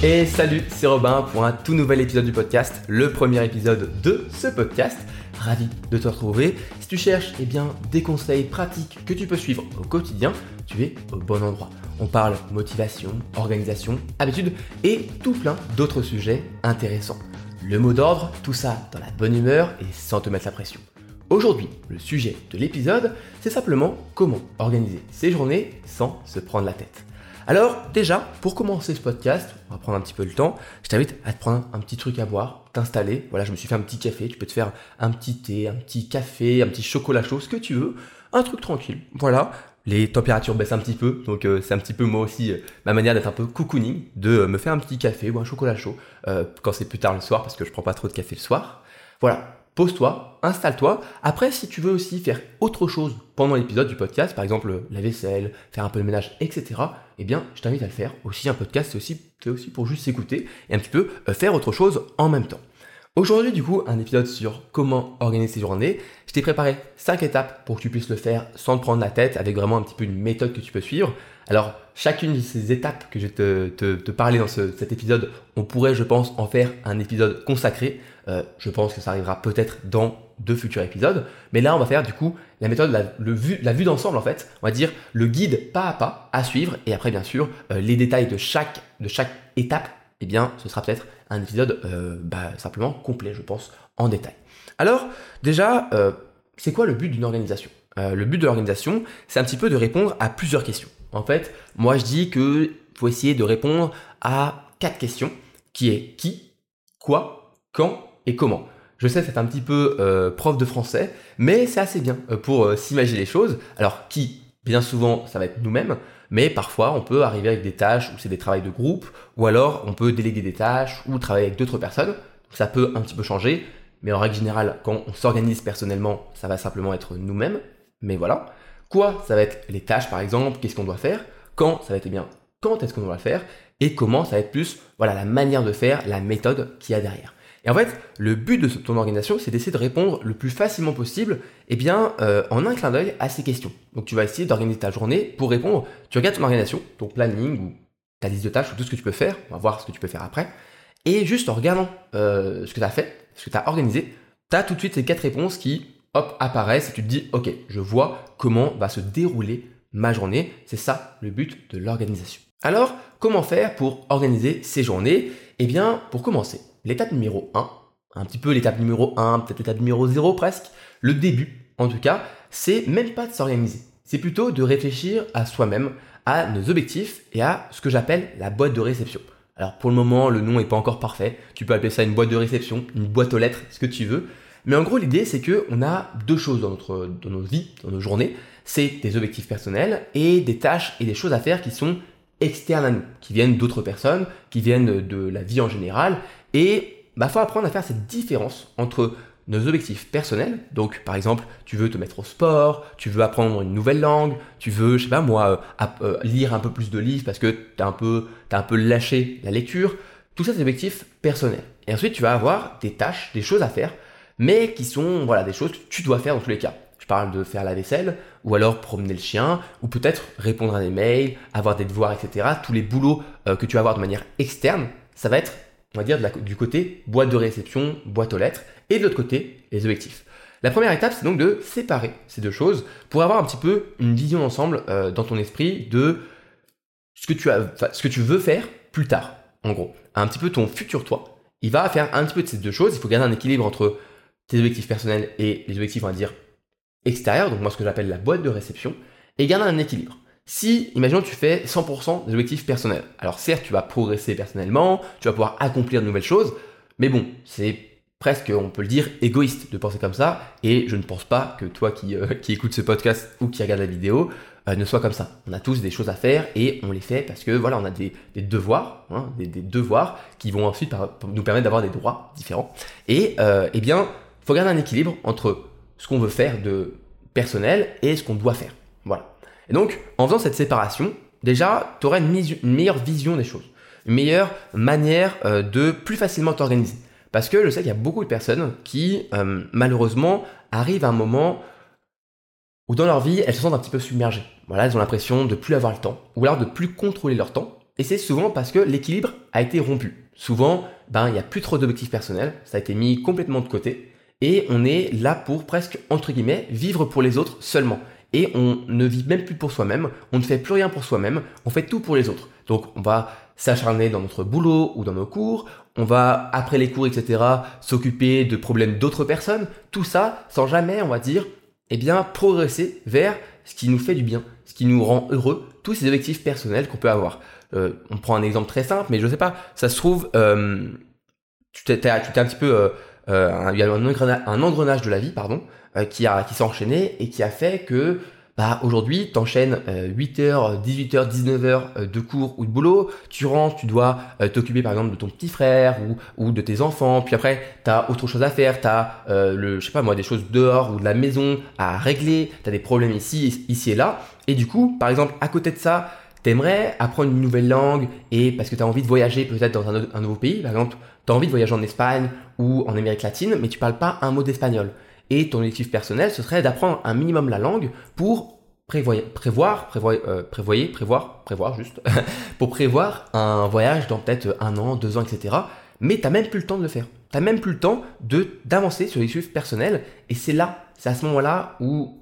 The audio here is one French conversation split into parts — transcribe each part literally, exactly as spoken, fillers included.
Et salut, c'est Robin pour un tout nouvel épisode du podcast, le premier épisode de ce podcast. Ravi de te retrouver. Si tu cherches eh bien, des conseils pratiques que tu peux suivre au quotidien, tu es au bon endroit. On parle motivation, organisation, habitude et tout plein d'autres sujets intéressants. Le mot d'ordre, tout ça dans la bonne humeur et sans te mettre la pression. Aujourd'hui, le sujet de l'épisode, c'est simplement comment organiser ses journées sans se prendre la tête. Alors déjà, pour commencer ce podcast, on va prendre un petit peu le temps, je t'invite à te prendre un petit truc à boire, t'installer. Voilà, je me suis fait un petit café, tu peux te faire un petit thé, un petit café, un petit chocolat chaud, ce que tu veux, un truc tranquille. Voilà, les températures baissent un petit peu, donc euh, c'est un petit peu moi aussi euh, ma manière d'être un peu cocooning, de euh, me faire un petit café ou un chocolat chaud euh, quand c'est plus tard le soir, parce que je prends pas trop de café le soir. Voilà. Pose-toi, installe-toi. Après, si tu veux aussi faire autre chose pendant l'épisode du podcast, par exemple la vaisselle, faire un peu de ménage, et cetera, eh bien, je t'invite à le faire. Aussi, un podcast, c'est aussi, c'est aussi pour juste s'écouter et un petit peu faire autre chose en même temps. Aujourd'hui, du coup, un épisode sur comment organiser ses journées. Je t'ai préparé cinq étapes pour que tu puisses le faire sans te prendre la tête, avec vraiment un petit peu une méthode que tu peux suivre. Alors, chacune de ces étapes que je vais te, te, te parler dans ce, cet épisode, on pourrait, je pense, en faire un épisode consacré. Euh, je pense que ça arrivera peut-être dans de futurs épisodes. Mais là, on va faire du coup la méthode, la, le vue, la vue d'ensemble en fait. On va dire le guide pas à pas à suivre. Et après, bien sûr, euh, les détails de chaque, de chaque étape, eh bien, ce sera peut-être un épisode euh, bah, simplement complet, je pense, en détail. Alors, déjà, euh, c'est quoi le but d'une organisation ? euh, Le but de l'organisation, c'est un petit peu de répondre à plusieurs questions. En fait, moi, je dis qu'il faut essayer de répondre à quatre questions, qui est qui, quoi, quand et comment. Je sais, c'est un petit peu euh, prof de français, mais c'est assez bien euh, pour euh, s'imaginer les choses. Alors, qui, bien souvent, ça va être nous-mêmes, mais parfois, on peut arriver avec des tâches où c'est des travails de groupe, ou alors on peut déléguer des tâches ou travailler avec d'autres personnes. Donc, ça peut un petit peu changer, mais en règle générale, quand on s'organise personnellement, ça va simplement être nous-mêmes. Mais voilà. Quoi, ça va être les tâches par exemple, qu'est-ce qu'on doit faire. Quand, ça va être eh bien, quand est-ce qu'on doit le faire. Et comment, ça va être plus voilà, la manière de faire, la méthode qu'il y a derrière. Et en fait, le but de ton organisation, c'est d'essayer de répondre le plus facilement possible eh bien, euh, en un clin d'œil à ces questions. Donc tu vas essayer d'organiser ta journée pour répondre. Tu regardes ton organisation, ton planning ou ta liste de tâches ou tout ce que tu peux faire. On va voir ce que tu peux faire après. Et juste en regardant euh, ce que tu as fait, ce que tu as organisé, tu as tout de suite ces quatre réponses qui hop, apparaissent et tu te dis, ok, je vois comment va se dérouler ma journée. C'est ça le but de l'organisation. Alors, comment faire pour organiser ces journées ? Eh bien, pour commencer, l'étape numéro un, un petit peu l'étape numéro un, peut-être l'étape numéro zéro presque, le début en tout cas, c'est même pas de s'organiser. C'est plutôt de réfléchir à soi-même, à nos objectifs et à ce que j'appelle la boîte de réception. Alors pour le moment, le nom n'est pas encore parfait. Tu peux appeler ça une boîte de réception, une boîte aux lettres, ce que tu veux. Mais en gros, l'idée, c'est qu'on a deux choses dans, notre, dans nos vies, dans nos journées. C'est des objectifs personnels et des tâches et des choses à faire qui sont externes à nous, qui viennent d'autres personnes, qui viennent de la vie en général. Et il bah, faut apprendre à faire cette différence entre nos objectifs personnels. Donc, par exemple, tu veux te mettre au sport, tu veux apprendre une nouvelle langue, tu veux, je sais pas moi, euh, euh, lire un peu plus de livres parce que tu as un peu, t'as un peu lâché la lecture. Tout ça, c'est des objectifs personnels. Et ensuite, tu vas avoir des tâches, des choses à faire, mais qui sont voilà, des choses que tu dois faire dans tous les cas. Je parle de faire la vaisselle, ou alors promener le chien, ou peut-être répondre à des mails, avoir des devoirs, et cetera. Tous les boulots euh, que tu vas avoir de manière externe, ça va être, on va dire, de la, du côté boîte de réception, boîte aux lettres, et de l'autre côté, les objectifs. La première étape, c'est donc de séparer ces deux choses pour avoir un petit peu une vision d'ensemble euh, dans ton esprit de ce que, tu as, ce que tu veux faire plus tard, en gros. Un petit peu ton futur toi. Il va faire un petit peu de ces deux choses. Il faut garder un équilibre entre tes objectifs personnels et les objectifs, on va dire, extérieurs, donc moi ce que j'appelle la boîte de réception, et garder un équilibre. Si, imaginons tu fais cent pour cent des objectifs personnels, alors certes tu vas progresser personnellement, tu vas pouvoir accomplir de nouvelles choses, mais bon, c'est presque, on peut le dire, égoïste de penser comme ça, et je ne pense pas que toi qui, euh, qui écoutes ce podcast ou qui regarde la vidéo, euh, ne soit comme ça. On a tous des choses à faire et on les fait parce que voilà, on a des, des devoirs, hein, des, des devoirs qui vont ensuite par, nous permettre d'avoir des droits différents. Et euh, eh bien, il faut garder un équilibre entre ce qu'on veut faire de personnel et ce qu'on doit faire. Voilà. Et donc, en faisant cette séparation, déjà, tu auras une, mise, une meilleure vision des choses, une meilleure manière euh, de plus facilement t'organiser. Parce que je sais qu'il y a beaucoup de personnes qui, euh, malheureusement, arrivent à un moment où dans leur vie, elles se sentent un petit peu submergées. Voilà, elles ont l'impression de plus avoir le temps, ou alors de plus contrôler leur temps, Et c'est souvent parce que l'équilibre a été rompu. Souvent, ben, il n'y a plus trop d'objectifs personnels, ça a été mis complètement de côté et on est là pour presque, entre guillemets, vivre pour les autres seulement. Et on ne vit même plus pour soi-même, on ne fait plus rien pour soi-même, on fait tout pour les autres. Donc on va s'acharner dans notre boulot ou dans nos cours, on va, après les cours, et cetera, s'occuper de problèmes d'autres personnes, tout ça sans jamais, on va dire, eh bien, progresser vers ce qui nous fait du bien, ce qui nous rend heureux, tous ces objectifs personnels qu'on peut avoir. Euh, on prend un exemple très simple, mais je sais pas, ça se trouve, euh, tu t'es, t'es, tu t'es un petit peu, euh, euh, il y a un engrenage, un engrenage de la vie, pardon, euh, qui a, qui s'est enchaîné et qui a fait que, bah, aujourd'hui, t'enchaînes euh, huit heures, dix-huit heures, dix-neuf heures euh, de cours ou de boulot, tu rentres, tu dois euh, t'occuper par exemple de ton petit frère ou, ou de tes enfants, puis après, t'as autre chose à faire, t'as, euh, le, je sais pas moi, des choses dehors ou de la maison à régler, t'as des problèmes ici, ici et là, et du coup, par exemple, à côté de ça, t'aimerais apprendre une nouvelle langue et parce que tu as envie de voyager peut-être dans un, un nouveau pays, par exemple, tu as envie de voyager en Espagne ou en Amérique latine, mais tu parles pas un mot d'espagnol. Et ton objectif personnel, ce serait d'apprendre un minimum la langue pour prévoyer, prévoir, prévoir, euh, prévoyer, prévoir, prévoir juste, pour prévoir un voyage dans peut-être un an, deux ans, et cetera. Mais tu n'as même plus le temps de le faire. Tu n'as même plus le temps de, d'avancer sur l'objectif personnel. Et c'est là, c'est à ce moment-là où,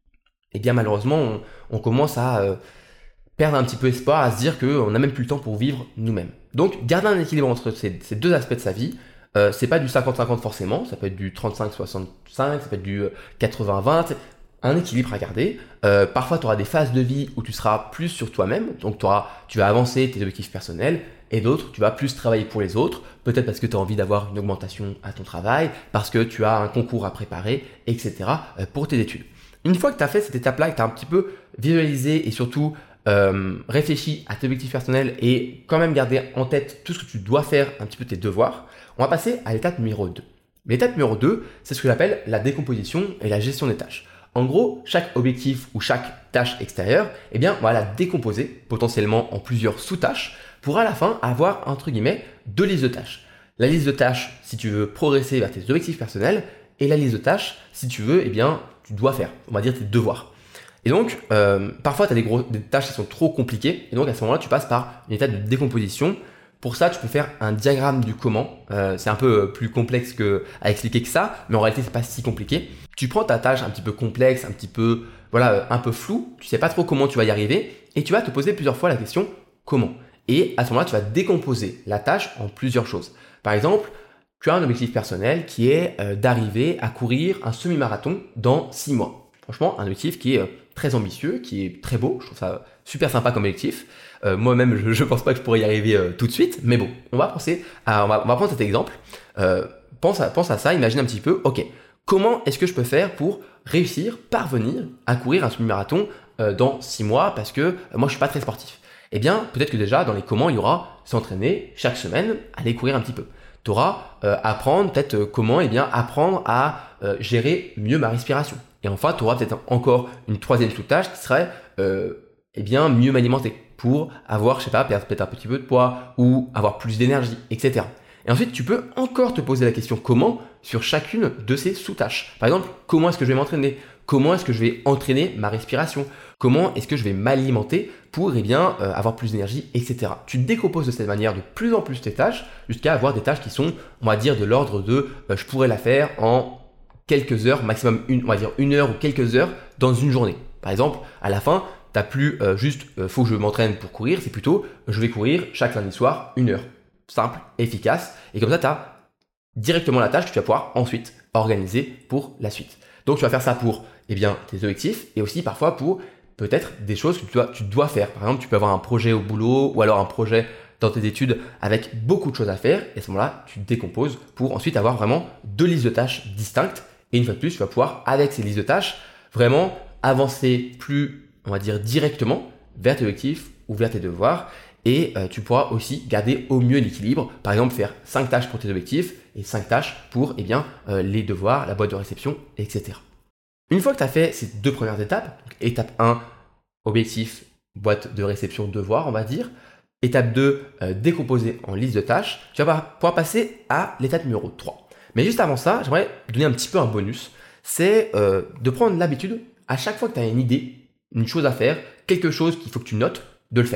eh bien malheureusement, on, on commence à... Euh, perdre un petit peu espoir, à se dire qu'on n'a même plus le temps pour vivre nous-mêmes. Donc, garder un équilibre entre ces, ces deux aspects de sa vie, euh, c'est pas du cinquante cinquante forcément, ça peut être du trente-cinq soixante-cinq, ça peut être du quatre-vingts vingt, un équilibre à garder. Euh, parfois, tu auras des phases de vie où tu seras plus sur toi-même, donc t'auras, tu vas avancer tes objectifs personnels, et d'autres, tu vas plus travailler pour les autres, peut-être parce que tu as envie d'avoir une augmentation à ton travail, parce que tu as un concours à préparer, et cetera, euh, pour tes études. Une fois que tu as fait cette étape-là, que tu as un petit peu visualisé et surtout Euh, réfléchis à tes objectifs personnels et quand même garder en tête tout ce que tu dois faire, un petit peu tes devoirs, on va passer à l'étape numéro deux. L'étape numéro deux, c'est ce que j'appelle la décomposition et la gestion des tâches. En gros, chaque objectif ou chaque tâche extérieure, eh bien, on va la décomposer potentiellement en plusieurs sous-tâches pour à la fin avoir, entre guillemets, deux listes de tâches. La liste de tâches si tu veux progresser vers tes objectifs personnels et la liste de tâches si tu veux, eh bien, tu dois faire, on va dire tes devoirs. Et donc, euh, parfois, tu as des, gros, des tâches qui sont trop compliquées. Et donc, à ce moment-là, tu passes par une étape de décomposition. Pour ça, tu peux faire un diagramme du comment. Euh, c'est un peu plus complexe que, à expliquer que ça, mais en réalité, c'est pas si compliqué. Tu prends ta tâche un petit peu complexe, un petit peu, voilà, un peu floue. Tu sais pas trop comment tu vas y arriver. Et tu vas te poser plusieurs fois la question comment. Et à ce moment-là, tu vas décomposer la tâche en plusieurs choses. Par exemple, tu as un objectif personnel qui est euh, d'arriver à courir un semi-marathon dans six mois. Franchement, un objectif qui est euh, très ambitieux, qui est très beau. Je trouve ça super sympa comme objectif. Euh, moi-même, je, je pense pas que je pourrais y arriver euh, tout de suite, mais bon, on va penser à, on va, on va prendre cet exemple. Euh, pense à, pense à ça, imagine un petit peu. Ok, comment est-ce que je peux faire pour réussir, parvenir à courir un semi-marathon euh, dans six mois parce que euh, moi, je suis pas très sportif. Eh bien, peut-être que déjà dans les comment, il y aura s'entraîner chaque semaine, aller courir un petit peu. Tu auras euh, apprendre peut-être euh, comment, eh bien, apprendre à euh, gérer mieux ma respiration. Et enfin, tu auras peut-être encore une troisième sous-tâche qui serait euh, eh bien, mieux m'alimenter pour avoir, je sais pas, perdre peut-être un petit peu de poids ou avoir plus d'énergie, et cetera. Et ensuite, tu peux encore te poser la question comment sur chacune de ces sous-tâches. Par exemple, comment est-ce que je vais m'entraîner? Comment est-ce que je vais entraîner ma respiration? Comment est-ce que je vais m'alimenter pour eh bien, euh, avoir plus d'énergie, et cetera. Tu décomposes de cette manière de plus en plus tes tâches jusqu'à avoir des tâches qui sont, on va dire, de l'ordre de euh, je pourrais la faire en quelques heures, maximum une, on va dire une heure ou quelques heures dans une journée. Par exemple, à la fin, tu n'as plus euh, juste euh, faut que je m'entraîne pour courir, c'est plutôt je vais courir chaque lundi soir une heure. Simple, efficace. Et comme ça, tu as directement la tâche que tu vas pouvoir ensuite organiser pour la suite. Donc, tu vas faire ça pour eh bien, tes objectifs et aussi parfois pour peut-être des choses que tu dois, tu dois faire. Par exemple, tu peux avoir un projet au boulot ou alors un projet dans tes études avec beaucoup de choses à faire. Et à ce moment-là, tu décomposes pour ensuite avoir vraiment deux listes de tâches distinctes. Et une fois de plus, tu vas pouvoir, avec ces listes de tâches, vraiment avancer plus, on va dire, directement vers tes objectifs ou vers tes devoirs. Et euh, tu pourras aussi garder au mieux l'équilibre. Par exemple, faire cinq tâches pour tes objectifs et cinq tâches pour eh bien, euh, les devoirs, la boîte de réception, et cetera. Une fois que tu as fait ces deux premières étapes, donc étape un, objectif, boîte de réception, devoir, on va dire. Étape deux, euh, décomposer en liste de tâches. Tu vas pouvoir passer à l'étape numéro trois. Mais juste avant ça, j'aimerais donner un petit peu un bonus. C'est euh, de prendre l'habitude, à chaque fois que tu as une idée, une chose à faire, quelque chose qu'il faut que tu notes, de le faire.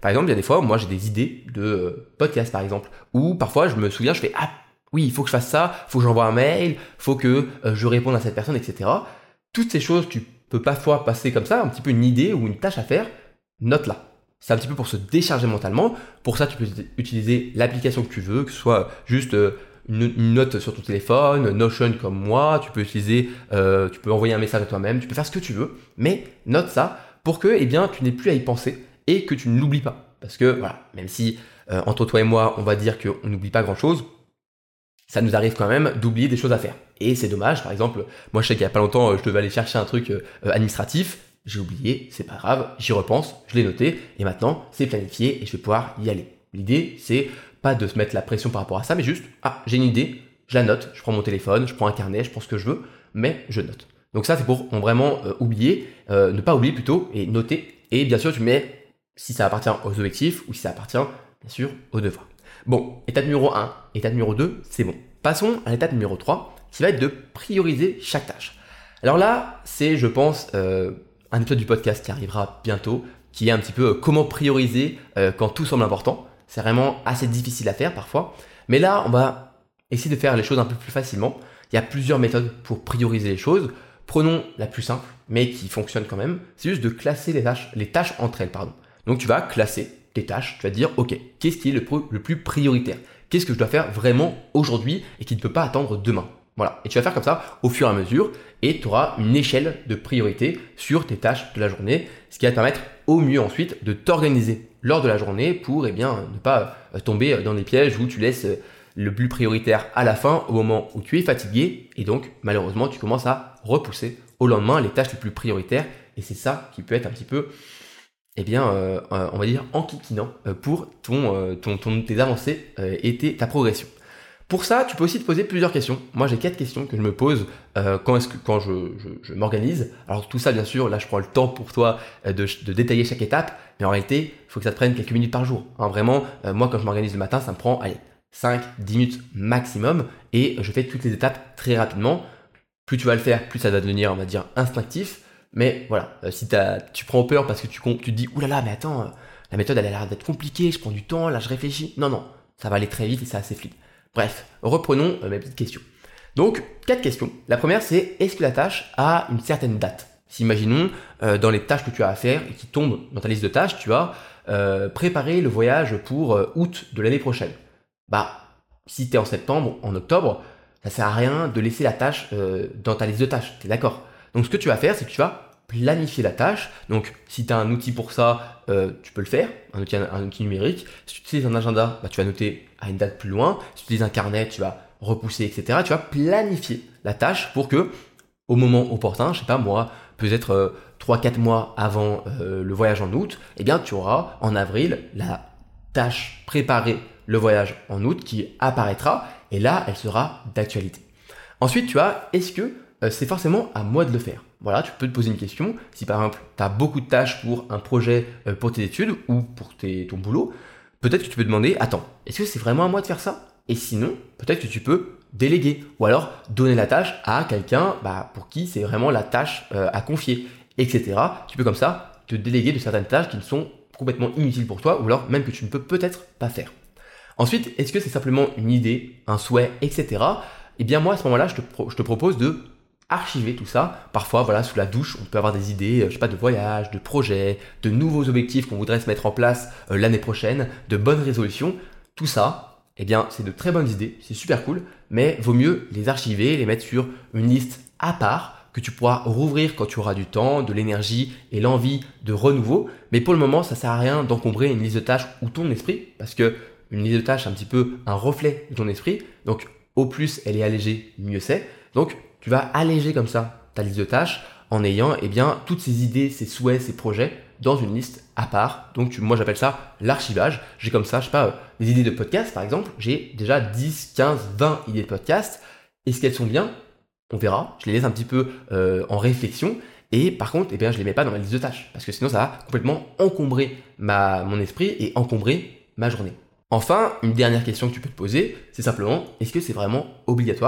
Par exemple, il y a des fois où moi j'ai des idées de euh, podcast par exemple, où parfois je me souviens, je fais ah oui, il faut que je fasse ça, il faut que j'envoie un mail, il faut que euh, je réponde à cette personne, et cetera. Toutes ces choses, tu peux parfois passer comme ça, un petit peu une idée ou une tâche à faire, note-la. C'est un petit peu pour se décharger mentalement. Pour ça, tu peux utiliser l'application que tu veux, que ce soit juste euh, une, une note sur ton téléphone, Notion comme moi, tu peux utiliser, euh, tu peux envoyer un message à toi-même, tu peux faire ce que tu veux, mais note ça pour que eh bien, tu n'aies plus à y penser et que tu ne l'oublies pas. Parce que voilà, même si euh, entre toi et moi, on va dire qu'on n'oublie pas grand-chose, ça nous arrive quand même d'oublier des choses à faire. Et c'est dommage, par exemple, moi je sais qu'il y a pas longtemps, je devais aller chercher un truc euh, administratif, j'ai oublié, c'est pas grave, j'y repense, je l'ai noté, et maintenant c'est planifié et je vais pouvoir y aller. L'idée, c'est pas de se mettre la pression par rapport à ça, mais juste, ah, j'ai une idée, je la note, je prends mon téléphone, je prends un carnet, je prends ce que je veux, mais je note. Donc ça, c'est pour vraiment euh, oublier, euh, ne pas oublier plutôt, et noter. Et bien sûr, tu mets si ça appartient aux objectifs ou si ça appartient, bien sûr, aux devoirs. Bon, étape numéro un, étape numéro deux, c'est bon. Passons à l'étape numéro trois, qui va être de prioriser chaque tâche. Alors là, c'est, je pense, euh, un épisode du podcast qui arrivera bientôt, qui est un petit peu euh, comment prioriser euh, quand tout semble important. C'est vraiment assez difficile à faire parfois. Mais là, on va essayer de faire les choses un peu plus facilement. Il y a plusieurs méthodes pour prioriser les choses. Prenons la plus simple, mais qui fonctionne quand même. C'est juste de classer les tâches, les tâches entre elles, pardon. Donc tu vas classer tes tâches, tu vas dire, ok, qu'est-ce qui est le, pro- le plus prioritaire? Qu'est-ce que je dois faire vraiment aujourd'hui et qui ne peut pas attendre demain? Voilà. Et tu vas faire comme ça au fur et à mesure et tu auras une échelle de priorité sur tes tâches de la journée, ce qui va te permettre au mieux ensuite de t'organiser lors de la journée pour eh bien, ne pas tomber dans des pièges où tu laisses le plus prioritaire à la fin au moment où tu es fatigué et donc malheureusement tu commences à repousser au lendemain les tâches les plus prioritaires et c'est ça qui peut être un petit peu eh bien, euh, on va dire enquiquinant pour ton, euh, ton, ton, tes avancées euh, et tes, ta progression. Pour ça, tu peux aussi te poser plusieurs questions. Moi, j'ai quatre questions que je me pose euh, quand, est-ce que, quand je, je, je m'organise. Alors tout ça, bien sûr, là, je prends le temps pour toi euh, de, de détailler chaque étape, mais en réalité, il faut que ça te prenne quelques minutes par jour. Hein, vraiment, euh, moi, quand je m'organise le matin, ça me prend allez, cinq dix minutes maximum et je fais toutes les étapes très rapidement. Plus tu vas le faire, plus ça va devenir, on va dire, instinctif. Mais voilà, euh, si tu prends peur parce que tu, tu te dis « Ouh là là, mais attends, euh, la méthode elle a l'air d'être compliquée, je prends du temps, là je réfléchis. » Non, non, ça va aller très vite et c'est assez fluide. Bref, reprenons euh, mes petites questions. Donc, quatre questions. La première, c'est est-ce que la tâche a une certaine date? Si imaginons, euh, dans les tâches que tu as à faire et qui tombent dans ta liste de tâches, tu as euh, préparé le voyage pour euh, août de l'année prochaine. Bah, si tu es en septembre, en octobre, ça sert à rien de laisser la tâche euh, dans ta liste de tâches, tu es d'accord? Donc, ce que tu vas faire, c'est que tu vas planifier la tâche. Donc, si tu as un outil pour ça, euh, tu peux le faire, un outil, un outil numérique. Si tu utilises un agenda, bah, tu vas noter à une date plus loin. Si tu utilises un carnet, tu vas repousser, et cetera. Tu vas planifier la tâche pour que, au moment opportun, je sais pas moi, peut-être euh, trois quatre mois avant euh, le voyage en août, eh bien, tu auras en avril la tâche préparer le voyage en août qui apparaîtra et là, elle sera d'actualité. Ensuite, tu as, est-ce que euh, c'est forcément à moi de le faire? Voilà, tu peux te poser une question. Si par exemple, tu as beaucoup de tâches pour un projet euh, pour tes études ou pour tes, ton boulot, peut-être que tu peux te demander, attends, est-ce que c'est vraiment à moi de faire ça? Et sinon, peut-être que tu peux déléguer ou alors donner la tâche à quelqu'un bah, pour qui c'est vraiment la tâche euh, à confier, et cetera. Tu peux comme ça te déléguer de certaines tâches qui ne sont complètement inutiles pour toi ou alors même que tu ne peux peut-être pas faire. Ensuite, est-ce que c'est simplement une idée, un souhait, et cetera. Eh bien moi, à ce moment-là, je te, pro- je te propose de archiver tout ça. Parfois, voilà, sous la douche, on peut avoir des idées, je sais pas, de voyage, de projets, de nouveaux objectifs qu'on voudrait se mettre en place euh, l'année prochaine, de bonnes résolutions. Tout ça, eh bien, c'est de très bonnes idées, c'est super cool, mais vaut mieux les archiver, les mettre sur une liste à part que tu pourras rouvrir quand tu auras du temps, de l'énergie et l'envie de renouveau. Mais pour le moment, ça sert à rien d'encombrer une liste de tâches ou ton esprit, parce que une liste de tâches, c'est un petit peu un reflet de ton esprit. Donc, au plus elle est allégée, mieux c'est. Donc, tu vas alléger comme ça ta liste de tâches en ayant eh bien, toutes ces idées, ces souhaits, ces projets dans une liste à part. Donc, tu, moi, j'appelle ça l'archivage. J'ai comme ça, je sais pas, euh, des idées de podcast, par exemple. J'ai déjà dix, quinze, vingt idées de podcast. Est-ce qu'elles sont bien? On verra. Je les laisse un petit peu euh, en réflexion. Et par contre, eh bien, je les mets pas dans ma liste de tâches parce que sinon, ça va complètement encombrer ma, mon esprit et encombrer ma journée. Enfin, une dernière question que tu peux te poser, c'est simplement, est-ce que c'est vraiment obligatoire?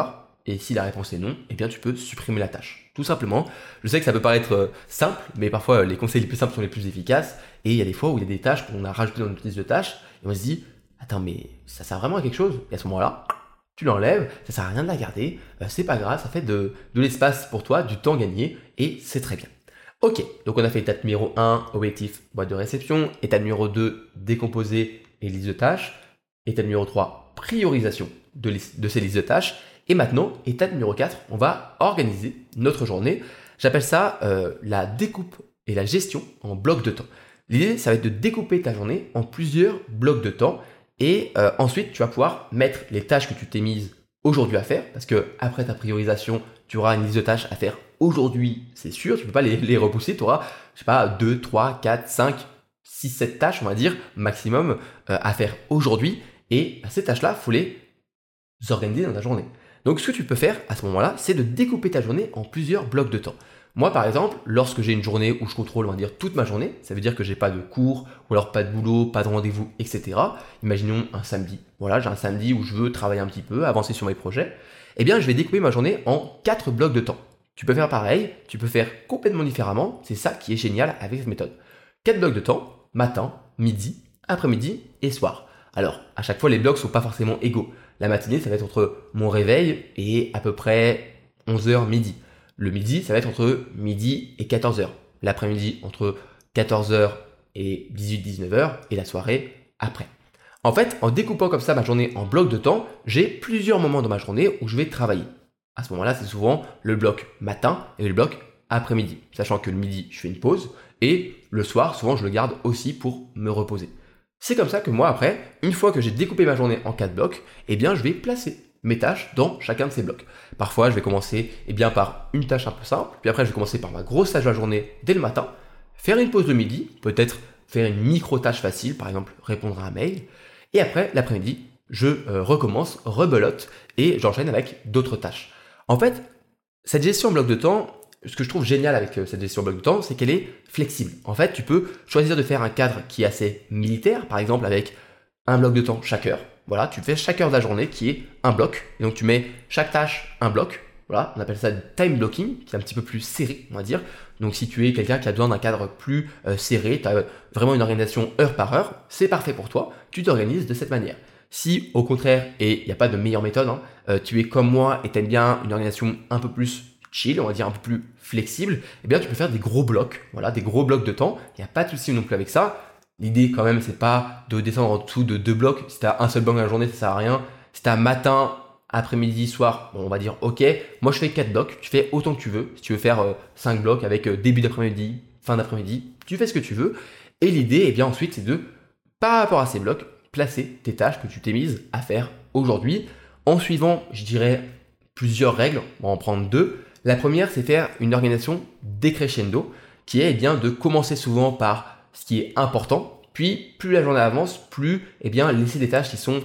Et si la réponse est non, eh bien tu peux supprimer la tâche. Tout simplement. Je sais que ça peut paraître euh, simple, mais parfois euh, les conseils les plus simples sont les plus efficaces. Et il y a des fois où il y a des tâches qu'on a rajoutées dans notre liste de tâches, et on se dit, attends, mais ça sert vraiment à quelque chose? Et à ce moment-là, tu l'enlèves, ça sert à rien de la garder, euh, c'est pas grave, ça fait de, de l'espace pour toi, du temps gagné, et c'est très bien. Ok, donc on a fait étape numéro un, objectif, boîte de réception. Étape numéro deux, décomposer et liste de tâches. Étape numéro trois, priorisation de, liste, de ces listes de tâches. Et maintenant, étape numéro quatre, on va organiser notre journée. J'appelle ça euh, la découpe et la gestion en blocs de temps. L'idée, ça va être de découper ta journée en plusieurs blocs de temps. Et euh, ensuite, tu vas pouvoir mettre les tâches que tu t'es mises aujourd'hui à faire. Parce que après ta priorisation, tu auras une liste de tâches à faire aujourd'hui, c'est sûr. Tu ne peux pas les, les repousser. Tu auras, je sais pas, deux, trois, quatre, cinq, six, sept tâches, on va dire, maximum euh, à faire aujourd'hui. Et ces tâches-là, il faut les organiser dans ta journée. Donc, ce que tu peux faire à ce moment-là, c'est de découper ta journée en plusieurs blocs de temps. Moi, par exemple, lorsque j'ai une journée où je contrôle, on va dire, toute ma journée, ça veut dire que j'ai pas de cours, ou alors pas de boulot, pas de rendez-vous, et cetera. Imaginons un samedi. Voilà, j'ai un samedi où je veux travailler un petit peu, avancer sur mes projets. Eh bien, je vais découper ma journée en quatre blocs de temps. Tu peux faire pareil, tu peux faire complètement différemment. C'est ça qui est génial avec cette méthode. Quatre blocs de temps, matin, midi, après-midi et soir. Alors, à chaque fois, les blocs sont pas forcément égaux. La matinée, ça va être entre mon réveil et à peu près onze heures midi. Le midi, ça va être entre midi et quatorze heures. L'après-midi, entre quatorze heures et dix-huit dix-neuf heures. Et la soirée, après. En fait, en découpant comme ça ma journée en blocs de temps, j'ai plusieurs moments dans ma journée où je vais travailler. À ce moment-là, c'est souvent le bloc matin et le bloc après-midi. Sachant que le midi, je fais une pause. Et le soir, souvent, je le garde aussi pour me reposer. C'est comme ça que moi, après, une fois que j'ai découpé ma journée en quatre blocs, eh bien, je vais placer mes tâches dans chacun de ces blocs. Parfois, je vais commencer eh bien, par une tâche un peu simple, puis après, je vais commencer par ma grosse tâche de la journée dès le matin, faire une pause de midi, peut-être faire une micro-tâche facile, par exemple, répondre à un mail, et après, l'après-midi, je euh, recommence, rebelote, et j'enchaîne avec d'autres tâches. En fait, cette gestion en bloc de temps, ce que je trouve génial avec cette gestion en bloc de temps, c'est qu'elle est flexible. En fait, tu peux choisir de faire un cadre qui est assez militaire, par exemple avec un bloc de temps chaque heure. Voilà, tu fais chaque heure de la journée qui est un bloc. Et donc, tu mets chaque tâche un bloc. Voilà, on appelle ça time blocking, qui est un petit peu plus serré, on va dire. Donc, si tu es quelqu'un qui a besoin d'un cadre plus euh, serré, tu as vraiment une organisation heure par heure, c'est parfait pour toi. Tu t'organises de cette manière. Si, au contraire, et il n'y a pas de meilleure méthode, hein, euh, tu es comme moi et tu aimes bien une organisation un peu plus chill, on va dire un peu plus flexible, eh bien tu peux faire des gros blocs, voilà, des gros blocs de temps. Il n'y a pas de souci non plus avec ça. L'idée quand même, c'est pas de descendre en dessous de deux blocs. Si tu as un seul bloc dans la journée, ça sert à rien. Si tu as matin, après-midi, soir, bon, on va dire ok. Moi, je fais quatre blocs. Tu fais autant que tu veux. Si tu veux faire euh, cinq blocs avec euh, début d'après-midi, fin d'après-midi, tu fais ce que tu veux. Et l'idée, eh bien ensuite, c'est de, par rapport à ces blocs, placer tes tâches que tu t'es mises à faire aujourd'hui en suivant, je dirais, plusieurs règles. On va en prendre deux. La première, c'est faire une organisation décrescendo, qui est eh bien, de commencer souvent par ce qui est important, puis plus la journée avance, plus eh bien, laisser des tâches qui sont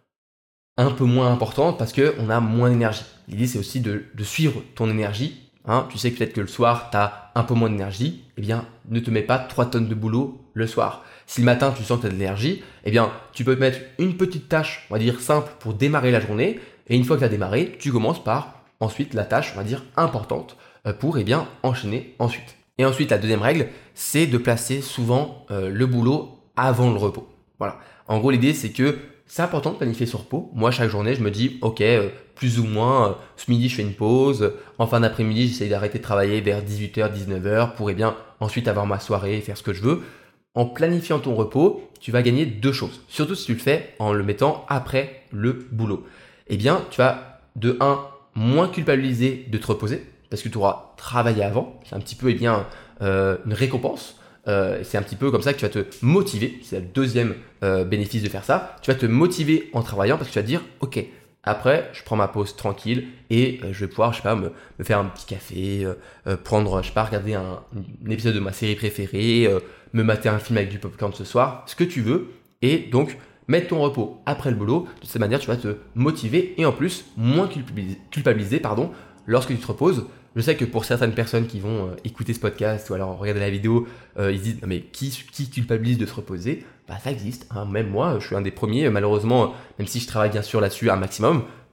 un peu moins importantes parce qu'on a moins d'énergie. L'idée, c'est aussi de, de suivre ton énergie. Hein. Tu sais que peut-être que le soir, tu as un peu moins d'énergie, eh bien, ne te mets pas trois tonnes de boulot le soir. Si le matin, tu sens que tu as de l'énergie, eh bien, tu peux te mettre une petite tâche, on va dire simple, pour démarrer la journée. Et une fois que tu as démarré, tu commences par ensuite la tâche, on va dire, importante pour eh bien, enchaîner ensuite. Et ensuite, la deuxième règle, c'est de placer souvent euh, le boulot avant le repos. Voilà. En gros, l'idée, c'est que c'est important de planifier son repos. Moi, chaque journée, je me dis, ok, euh, plus ou moins, euh, ce midi, je fais une pause. En fin d'après-midi, j'essaie d'arrêter de travailler vers dix-huit heures, dix-neuf heures pour eh bien, ensuite avoir ma soirée et faire ce que je veux. En planifiant ton repos, tu vas gagner deux choses. Surtout si tu le fais en le mettant après le boulot. Eh bien, tu vas, de un, moins culpabiliser de te reposer parce que tu auras travaillé avant. C'est un petit peu eh bien, euh, une récompense. Euh, c'est un petit peu comme ça que tu vas te motiver. C'est le deuxième euh, bénéfice de faire ça. Tu vas te motiver en travaillant parce que tu vas te dire ok, après je prends ma pause tranquille et euh, je vais pouvoir je sais pas, me, me faire un petit café, euh, euh, prendre, je sais pas, regarder un, un épisode de ma série préférée, euh, me mater un film avec du popcorn ce soir, ce que tu veux. Et donc mettre ton repos après le boulot, de cette manière tu vas te motiver et en plus moins culpabiliser, culpabiliser pardon, lorsque tu te reposes. Je sais que pour certaines personnes qui vont euh, écouter ce podcast ou alors regarder la vidéo, euh, ils se disent non mais qui, qui culpabilise de se reposer? Bah ça existe, hein. Même moi je suis un des premiers, malheureusement, même si je travaille bien sûr là-dessus un maximum,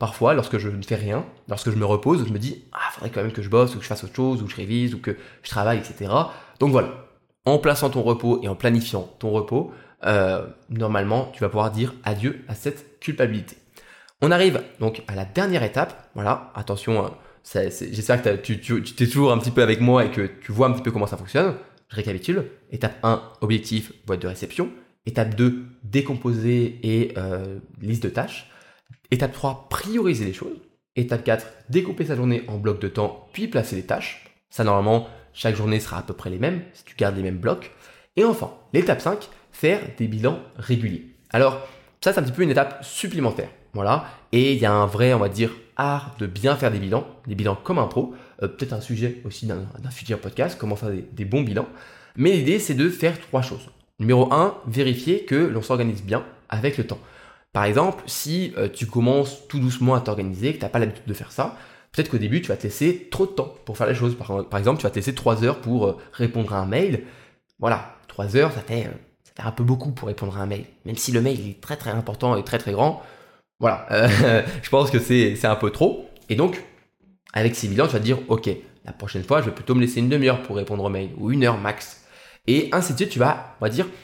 parfois, lorsque je ne fais rien, lorsque je me repose, je me dis « Ah, il faudrait quand même que je bosse, ou que je fasse autre chose, ou que je révise, ou que je travaille, et cetera » Donc voilà, en plaçant ton repos et en planifiant ton repos, euh, normalement, tu vas pouvoir dire adieu à cette culpabilité. On arrive donc à la dernière étape. Voilà, attention, c'est, c'est, j'espère que tu, tu, tu t'es toujours un petit peu avec moi et que tu vois un petit peu comment ça fonctionne. Je récapitule. Étape un, objectif, boîte de réception. Étape deux, décomposer et euh, liste de tâches. Étape trois, prioriser les choses. Étape quatre, découper sa journée en blocs de temps, puis placer les tâches. Ça, normalement, chaque journée sera à peu près les mêmes, si tu gardes les mêmes blocs. Et enfin, l'étape cinq, faire des bilans réguliers. Alors, ça, c'est un petit peu une étape supplémentaire. Voilà. Et il y a un vrai, on va dire, art de bien faire des bilans, des bilans comme un pro. Euh, peut-être un sujet aussi d'un, d'un futur podcast, comment faire des, des bons bilans. Mais l'idée, c'est de faire trois choses. Numéro un, vérifier que l'on s'organise bien avec le temps. Par exemple, si euh, tu commences tout doucement à t'organiser, que tu n'as pas l'habitude de faire ça, peut-être qu'au début, tu vas te laisser trop de temps pour faire les choses. Par, par exemple, tu vas te laisser trois heures pour euh, répondre à un mail. Voilà, trois heures, ça fait, euh, ça fait un peu beaucoup pour répondre à un mail. Même si le mail est très très important et très très grand, voilà, euh, je pense que c'est, c'est un peu trop. Et donc, avec ces bilans, tu vas te dire, ok, la prochaine fois, je vais plutôt me laisser une demi-heure pour répondre au mail, ou une heure max. Et ainsi de suite, tu vas, on va dire,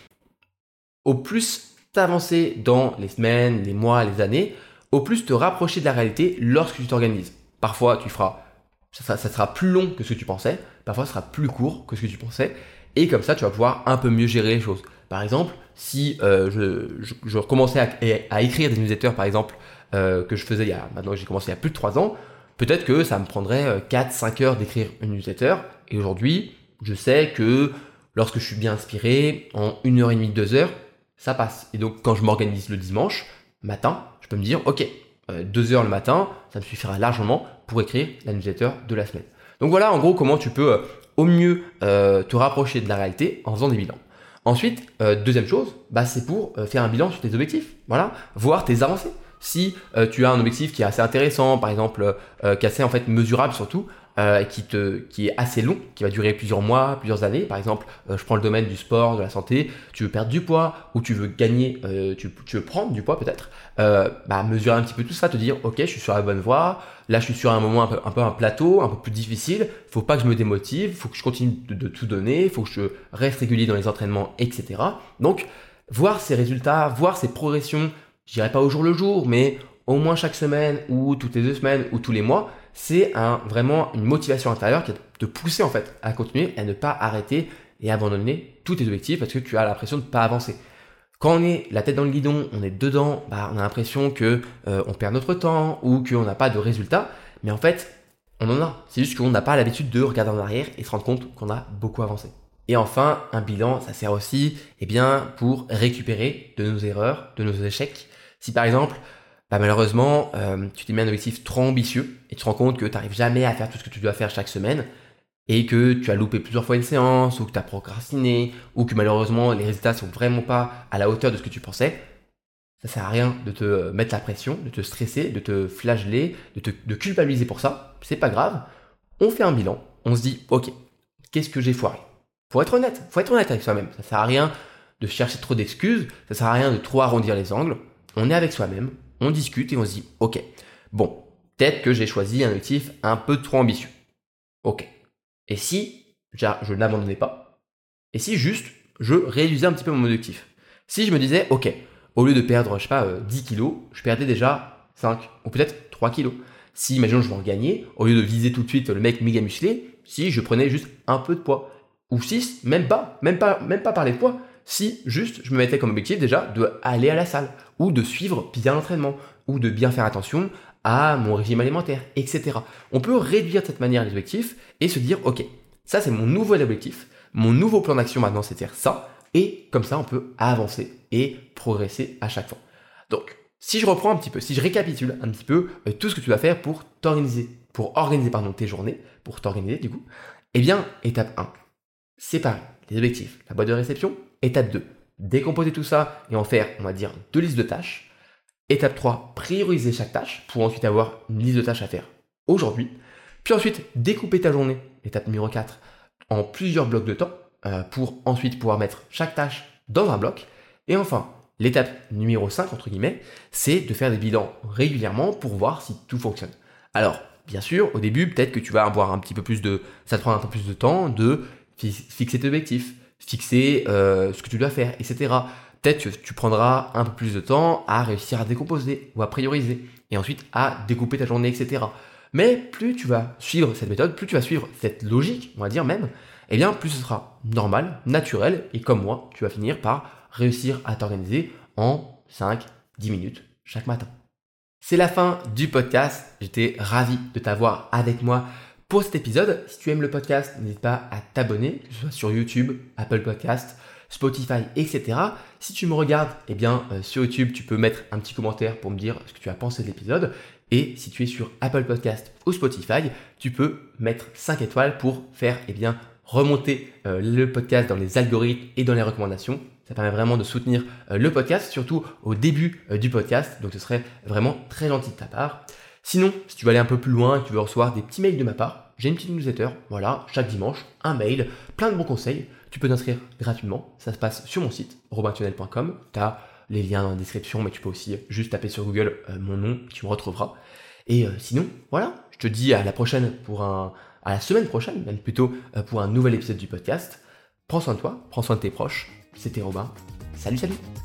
au plus t'avancer dans les semaines, les mois, les années, au plus te rapprocher de la réalité lorsque tu t'organises. Parfois, tu feras, ça sera, ça sera plus long que ce que tu pensais, parfois, ça sera plus court que ce que tu pensais, et comme ça, tu vas pouvoir un peu mieux gérer les choses. Par exemple, si euh, je, je, je recommençais à, à écrire des newsletters, par exemple, euh, que je faisais il y a, maintenant j'ai commencé il y a plus de trois ans, peut-être que ça me prendrait quatre cinq heures d'écrire une newsletter, et aujourd'hui, je sais que lorsque je suis bien inspiré, en une heure et demie, deux heures, ça passe. Et donc, quand je m'organise le dimanche matin, je peux me dire, ok, euh, deux heures le matin, ça me suffira largement pour écrire la newsletter de la semaine. Donc voilà, en gros, comment tu peux euh, au mieux euh, te rapprocher de la réalité en faisant des bilans. Ensuite, euh, deuxième chose, bah, c'est pour euh, faire un bilan sur tes objectifs. Voilà, voir tes avancées. Si euh, tu as un objectif qui est assez intéressant, par exemple, euh, qui est assez en fait mesurable surtout, euh, qui, te, qui est assez long, qui va durer plusieurs mois, plusieurs années. Par exemple, euh, je prends le domaine du sport, de la santé, tu veux perdre du poids ou tu veux gagner, euh, tu, tu veux prendre du poids peut-être, euh, bah, mesurer un petit peu tout ça, te dire ok, je suis sur la bonne voie, là je suis sur un moment un peu, un peu un plateau, un peu plus difficile, faut pas que je me démotive, faut que je continue de, de tout donner, faut que je reste régulier dans les entraînements, et cetera. Donc, voir ces résultats, voir ces progressions, je dirais pas au jour le jour, mais au moins chaque semaine ou toutes les deux semaines ou tous les mois, c'est un, vraiment une motivation intérieure qui va te pousser en fait à continuer et à ne pas arrêter et abandonner tous tes objectifs parce que tu as l'impression de ne pas avancer. Quand on est la tête dans le guidon, on est dedans, bah, on a l'impression que euh, on perd notre temps ou qu'on n'a pas de résultats, mais en fait, on en a. C'est juste qu'on n'a pas l'habitude de regarder en arrière et se rendre compte qu'on a beaucoup avancé. Et enfin, un bilan, ça sert aussi eh bien, pour récupérer de nos erreurs, de nos échecs. Si par exemple, bah malheureusement, euh, tu t'es mis un objectif trop ambitieux et tu te rends compte que tu n'arrives jamais à faire tout ce que tu dois faire chaque semaine et que tu as loupé plusieurs fois une séance ou que tu as procrastiné ou que malheureusement les résultats sont vraiment pas à la hauteur de ce que tu pensais, ça sert à rien de te mettre la pression, de te stresser, de te flageller, de te de culpabiliser pour ça. C'est pas grave. On fait un bilan, on se dit ok, qu'est-ce que j'ai foiré? Faut être honnête, faut être honnête avec soi-même. Ça sert à rien de chercher trop d'excuses, ça sert à rien de trop arrondir les angles. On est avec soi-même. On discute et on se dit, ok, bon, peut-être que j'ai choisi un objectif un peu trop ambitieux. Ok. Et si je n'abandonnais pas? Et si juste, je réduisais un petit peu mon objectif? Si je me disais, ok, au lieu de perdre, je sais pas, dix kilos, je perdais déjà cinq ou peut-être trois kilos. Si, imaginons, je veux en gagner, au lieu de viser tout de suite le mec méga musclé, si je prenais juste un peu de poids. Ou si, même pas, même pas, même pas parler de poids. Si juste je me mettais comme objectif déjà de aller à la salle ou de suivre bien l'entraînement ou de bien faire attention à mon régime alimentaire, et cetera. On peut réduire de cette manière les objectifs et se dire ok, ça c'est mon nouvel objectif, mon nouveau plan d'action maintenant c'est faire ça et comme ça on peut avancer et progresser à chaque fois. Donc si je reprends un petit peu, si je récapitule un petit peu euh, tout ce que tu dois faire pour t'organiser, pour organiser pardon tes journées, pour t'organiser du coup, eh bien étape un, séparer les objectifs, la boîte de réception. Étape deux, décomposer tout ça et en faire, on va dire, deux listes de tâches. Étape trois, prioriser chaque tâche pour ensuite avoir une liste de tâches à faire aujourd'hui. Puis ensuite, découper ta journée, étape numéro quatre, en plusieurs blocs de temps euh, pour ensuite pouvoir mettre chaque tâche dans un bloc. Et enfin, L'étape numéro cinq, entre guillemets, c'est de faire des bilans régulièrement pour voir si tout fonctionne. Alors, bien sûr, au début, peut-être que tu vas avoir un petit peu plus de... ça te prend un peu plus de temps de fi- fixer tes objectifs, fixer euh, ce que tu dois faire, et cetera. Peut-être que tu prendras un peu plus de temps à réussir à décomposer ou à prioriser, et ensuite à découper ta journée, et cetera. Mais plus tu vas suivre cette méthode, plus tu vas suivre cette logique, on va dire même, eh bien plus ce sera normal, naturel, et comme moi, tu vas finir par réussir à t'organiser en cinq à dix minutes chaque matin. C'est la fin du podcast. J'étais ravi de t'avoir avec moi pour cet épisode. Si tu aimes le podcast, n'hésite pas à t'abonner, que ce soit sur YouTube, Apple Podcast, Spotify, et cetera. Si tu me regardes, eh bien, euh, sur YouTube, tu peux mettre un petit commentaire pour me dire ce que tu as pensé de l'épisode. Et si tu es sur Apple Podcast ou Spotify, tu peux mettre cinq étoiles pour faire eh bien, remonter euh, le podcast dans les algorithmes et dans les recommandations. Ça permet vraiment de soutenir euh, le podcast, surtout au début euh, du podcast. Donc ce serait vraiment très gentil de ta part. Sinon, si tu veux aller un peu plus loin et que tu veux recevoir des petits mails de ma part, j'ai une petite newsletter. Voilà, chaque dimanche, un mail, plein de bons conseils. Tu peux t'inscrire gratuitement. Ça se passe sur mon site, robin thionel point com. Tu as les liens dans la description, mais tu peux aussi juste taper sur Google euh, mon nom, tu me retrouveras. Et euh, sinon, voilà, je te dis à la prochaine pour un... à la semaine prochaine, même plutôt, euh, pour un nouvel épisode du podcast. Prends soin de toi, prends soin de tes proches. C'était Robin. Salut, salut!